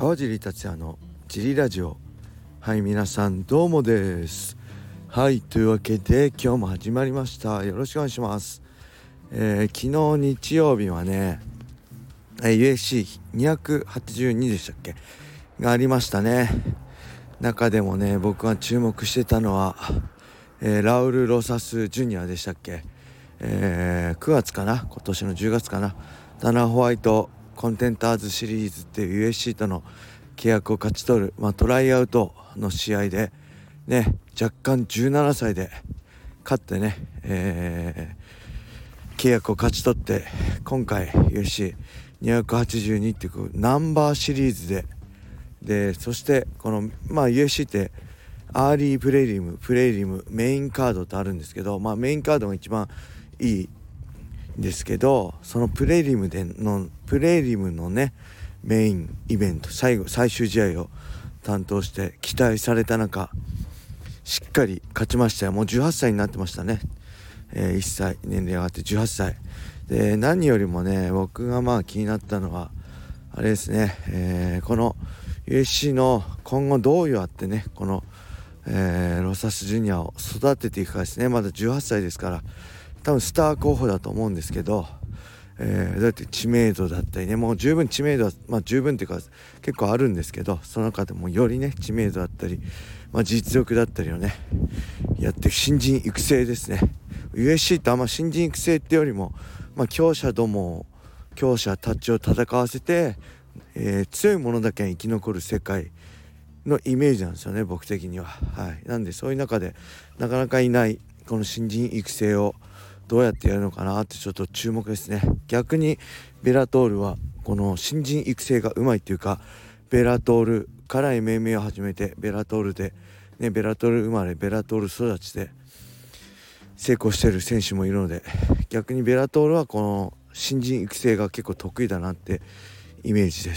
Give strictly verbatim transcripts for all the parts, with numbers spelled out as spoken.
川尻達也のジリラジオ。はい、皆さんどうもです。はい、というわけで今日も始まりました。よろしくお願いします。えー、昨日日曜日はね、えー、ユーエフシーにひゃくはちじゅうに でしたっけがありましたね。中でもね、僕が注目してたのは、えー、ラウル・ロサス・ジュニアでしたっけ、えー、くがつかな、今年のじゅうがつかな、ダナ・ホワイトコンテンターズシリーズっていう ユーエフシー との契約を勝ち取る、まあ、トライアウトの試合でね、若干じゅうななさいで勝ってね、えー、契約を勝ち取って、今回 ユーエフシーにひゃくはちじゅうに っていうナンバーシリーズででそしてこの、まあ、ユーエフシー ってアーリープレリムプレリムメインカードとあるんですけど、まあ、メインカードが一番いいんですけど、そのプレリムでのプレリムのねメインイベント、最後最終試合を担当して期待された中、しっかり勝ちましたよ。もうじゅうはっさいになってましたね、えー、いっさい年齢上がってじゅうはっさいで、何よりもね僕がまあ気になったのはあれですね、えー、この ユーエフシー の今後どうやってねこの、えー、ロサスジュニアを育てていくかですね。まだじゅうはっさいですから多分スター候補だと思うんですけど、えー、だって知名度だったりね、もう十分知名度は、まあ、十分っていうか結構あるんですけど、その中でもよりね知名度だったり、まあ、実力だったりをねやって新人育成ですね。 ユーエフシー ってあんま新人育成ってよりも、まあ、強者ども強者たちを戦わせて、えー、強い者だけが生き残る世界のイメージなんですよね、僕的には。はい、なんでそういう中でなかなかいないこの新人育成をどうやってやるのかなってちょっと注目ですね。逆にベラトールはこの新人育成がうまいっていうか、ベラトールから エムエムエー を始めてベラトールで、ね、ベラトール生まれベラトール育ちで成功してる選手もいるので、逆にベラトールはこの新人育成が結構得意だなってイメージです。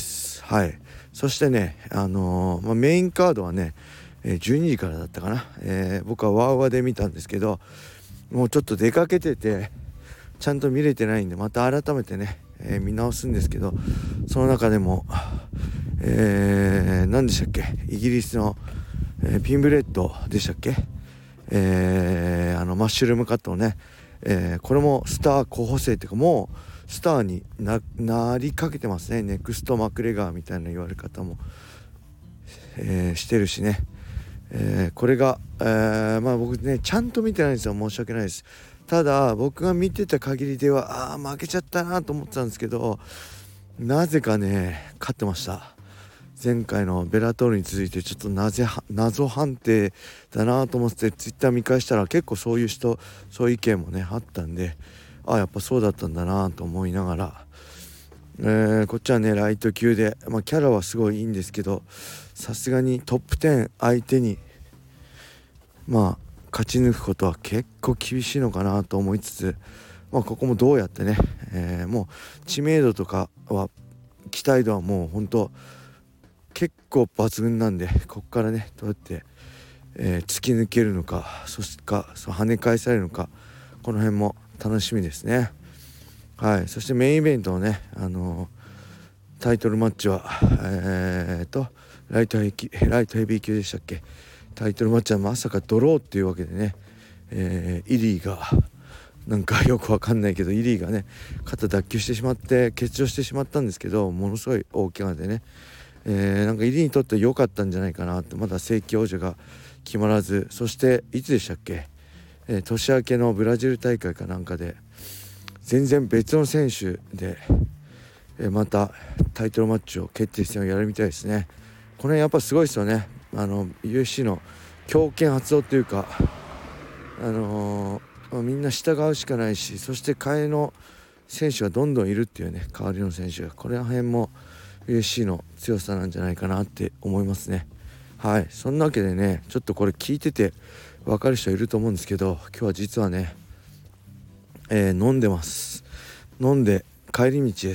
はい。そしてね、あのーまあ、メインカードはねじゅうにじからだったかな、えー、僕はワーワーで見たんですけど、もうちょっと出かけててちゃんと見れてないんでまた改めてね、えー、見直すんですけど、その中でも、えー、何でしたっけ、イギリスの、えー、ピンブレッドでしたっけ、えー、あのマッシュルームカットをね、えー、これもスター候補生っていうかもうスターに な, なりかけてますね。ネクストマクレガーみたいな言われ方も、えー、してるしね、えー、これが、えー、まあ僕ねちゃんと見てないんですよ、申し訳ないです。ただ僕が見てた限りではあー負けちゃったなと思ってたんですけど、なぜかね勝ってました。前回のベラトールに続いてちょっとなぜ謎判定だなと思ってツイッター見返したら結構そういう人そういう意見もねあったんで、あやっぱそうだったんだなと思いながら、えー、こっちはねライト級で、まあ、キャラはすごいいいんですけど、さすがにトップじゅう相手にまあ勝ち抜くことは結構厳しいのかなと思いつつ、まあ、ここもどうやってね、えー、もう知名度とかは期待度はもう本当結構抜群なんで、ここからねどうやって、えー、突き抜けるのか、そしてかそう跳ね返されるのか、この辺も楽しみですね。はい。そしてメインイベントのね、あのー、タイトルマッチはえーとライトヘキライトヘビー級でしたっけ。タイトルマッチはまさかドローっていうわけでね、えー、イリーがなんかよくわかんないけどイリーがね肩脱臼してしまって欠場してしまったんですけど、ものすごい大怪我でね、えー、なんかイリーにとって良かったんじゃないかなって。まだ正規王者が決まらず、そしていつでしたっけ、えー、年明けのブラジル大会かなんかで全然別の選手で、えー、またタイトルマッチを決定戦をやるみたいですね。これやっぱすごいですよね。あの ユーエフシー の強権発動というか、あのーまあ、みんな従うしかないし、そして替えの選手がどんどんいるっていうね、代わりの選手が、これら辺も ユーエフシー の強さなんじゃないかなって思いますね。はい。そんなわけでね、ちょっとこれ聞いてて分かる人いると思うんですけど、今日は実はね、えー、飲んでます飲んで帰り道です、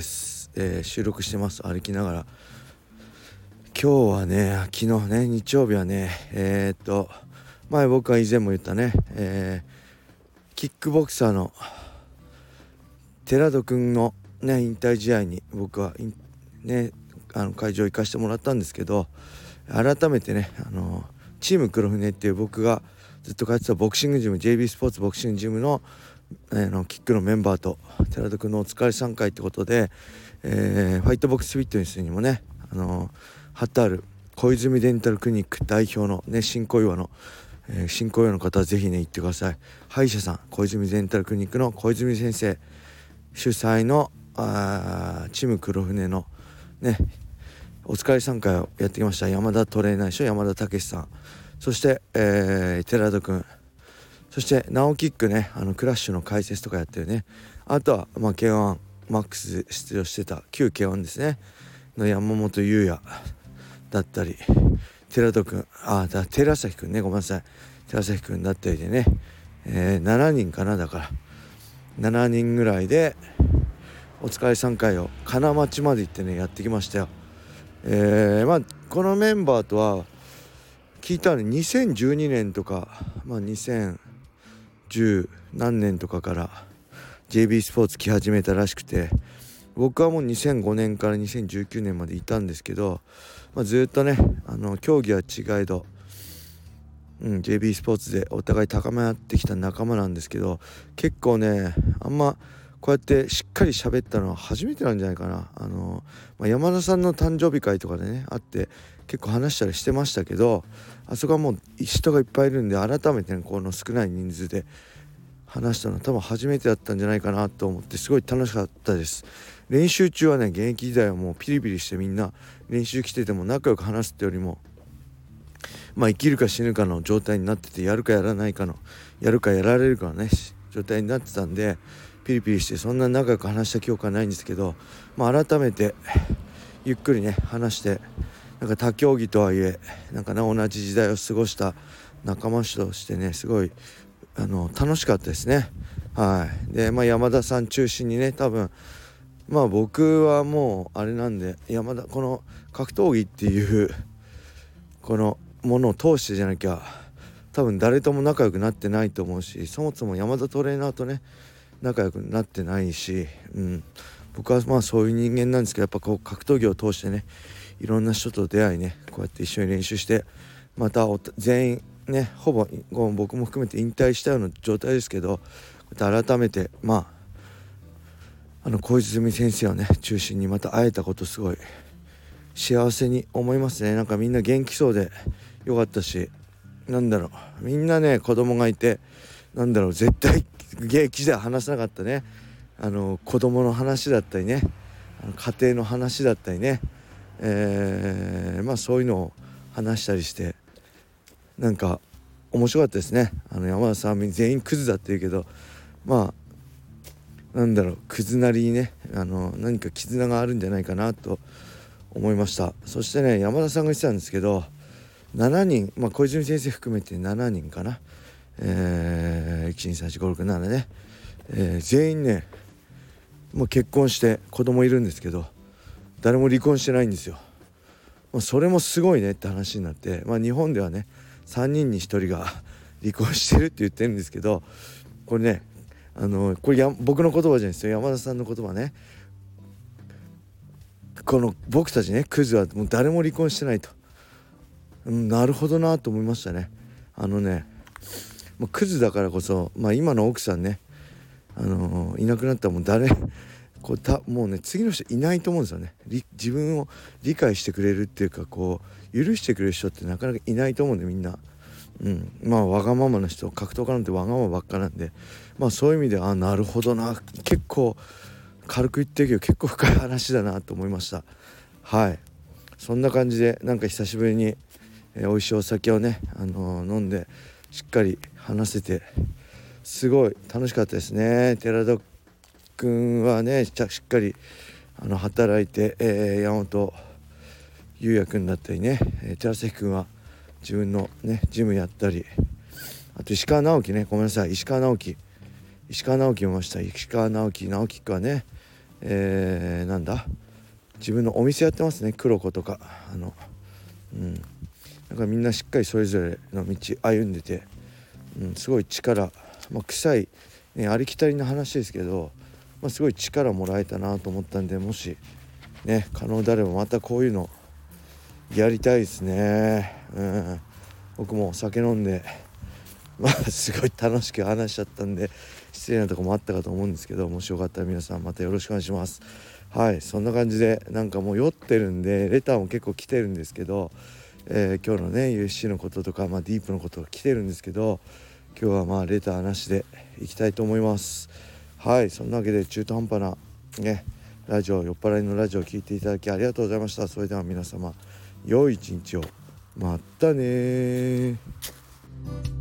えー、収録してます、歩きながら。今日はね、昨日ね、日曜日はね、えー、っと前僕が以前も言ったね、えー、キックボクサーの寺戸くんのね引退試合に僕はねあの会場行かせてもらったんですけど、改めてねあのチーム黒船っていう僕がずっと通ってたボクシングジム ジェイビー スポーツボクシングジムの、えー、のキックのメンバーと寺田君のお疲れさん会ってことで、えー、ファイトボックスフィットネスにもねあの貼ってある小泉デンタルクリニック代表のね新小岩の、えー、新小岩の方はぜひね行ってください。歯医者さん小泉デンタルクリニックの小泉先生主催のあチーム黒船のねお疲れさん会をやってきました。山田トレーナー所山田武さん、そして、えー、寺田くん、そしてナオキックねあのクラッシュの解説とかやってるね、あとは、まあ、ケーワン マックスで出場してた旧 ケーワン ですねの山本優也だったり、寺田くんあだ寺崎くんねごめんなさい寺崎くんだったりでね、えー、しちにんかな、だからしちにんぐらいでお疲れさん会を金町まで行ってねやってきましたよ。えー、まあこのメンバーとは聞いたのにせんじゅうにねんとか、まあ、にせんじゅう何年とかから ジェイビー スポーツ来始めたらしくて、僕はもうにせんごねんからにせんじゅうきゅうねんまでいたんですけど、まあ、ずっとねあの競技は違いど、うん、ジェイビー スポーツでお互い高め合ってきた仲間なんですけど、結構ねあんまこうやってしっかり喋ったのは初めてなんじゃないかな。あの、まあ、山田さんの誕生日会とかでね会って結構話したりしてましたけど、あそこはもう人がいっぱいいるんで改めて、ね、この少ない人数で話したのは多分初めてだったんじゃないかなと思ってすごい楽しかったです。練習中はね現役時代はもうピリピリしてみんな練習来てても仲良く話すってよりもまあ生きるか死ぬかの状態になってて、やるかやらないかのやるかやられるかのね状態になってたんでピリピリしてそんな仲良く話した記憶はないんですけど、まあ、改めてゆっくりね話して、なんか他競技とはいえなんか、ね、同じ時代を過ごした仲間としてねすごいあの楽しかったですね。はいで、まあ、山田さん中心にね多分まあ僕はもうあれなんで山田この格闘技っていうこのものを通してじゃなきゃ多分誰とも仲良くなってないと思うし、そもそも山田トレーナーとね仲良くなってないし、うん、僕はまあそういう人間なんですけど、やっぱこう格闘技を通してねいろんな人と出会いねこうやって一緒に練習してまた全員ねほぼ僕も含めて引退したような状態ですけど、改めてまああの小泉先生をね中心にまた会えたことすごい幸せに思いますね。なんかみんな元気そうでよかったし、なんだろうみんなね子供がいて、なんだろう絶対現役時代話さなかったねあの子供の話だったりねあの家庭の話だったりね、えー、まあそういうのを話したりしてなんか面白かったですね。あの山田さん全員クズだって言うけど、まあなんだろうクズなりにねあの何か絆があるんじゃないかなと思いました。そしてね山田さんが言ってたんですけどしちにん、まあ、小泉先生含めてしちにんかな、えー、いちにさんしごろくななね、えー、全員ねもう結婚して子供いるんですけど誰も離婚してないんですよ。もうそれもすごいねって話になって、まあ、日本ではねさんにんにひとりが離婚してるって言ってるんですけど、これねあのこれや僕の言葉じゃないですよ、山田さんの言葉ね。この僕たちねクズはもう誰も離婚してないと、うん、なるほどなと思いましたね。あのねもうクズだからこそ、まあ、今の奥さんね、あのー、いなくなったらもう誰こうたもうね次の人いないと思うんですよね。自分を理解してくれるっていうかこう許してくれる人ってなかなかいないと思うんでみんな、うん、まあわがままな人格闘家なんてわがままばっかなんで、まあそういう意味ではあなるほどな結構軽く言ってるけど結構深い話だなと思いました。はいそんな感じでなんか久しぶりに、えー、美味しいお酒をね、あのー、飲んでしっかり話せてすごい楽しかったですね。寺田くんはねしっかりあの働いて、えー、山本優也くんだったりね、えー、寺崎くんは自分のねジムやったり、あと石川直樹ねごめんなさい石川直樹石川直樹もいました。石川直樹直樹くんはね、えー、なんだ自分のお店やってますね。黒子とかあのうんなんかみんなしっかりそれぞれの道歩んでて、うん、すごい力、まあ、臭い、ね、ありきたりな話ですけど、まあ、すごい力もらえたなと思ったんで、もしね、可能であればまたこういうのやりたいですね。うん、僕もお酒飲んでまあすごい楽しく話しちゃったんで失礼なとこもあったかと思うんですけど、もしよかったら皆さんまたよろしくお願いします。はい、そんな感じでなんかもう酔ってるんでレターも結構来てるんですけど、えー、今日のね ユーエフシー のこととか、まあ、ディープのことが来てるんですけど、今日はまあレターなしでいきたいと思います。はい、そんなわけで中途半端なねラジオ、酔っ払いのラジオを聞いていただきありがとうございました。それでは皆様良い一日を。またね。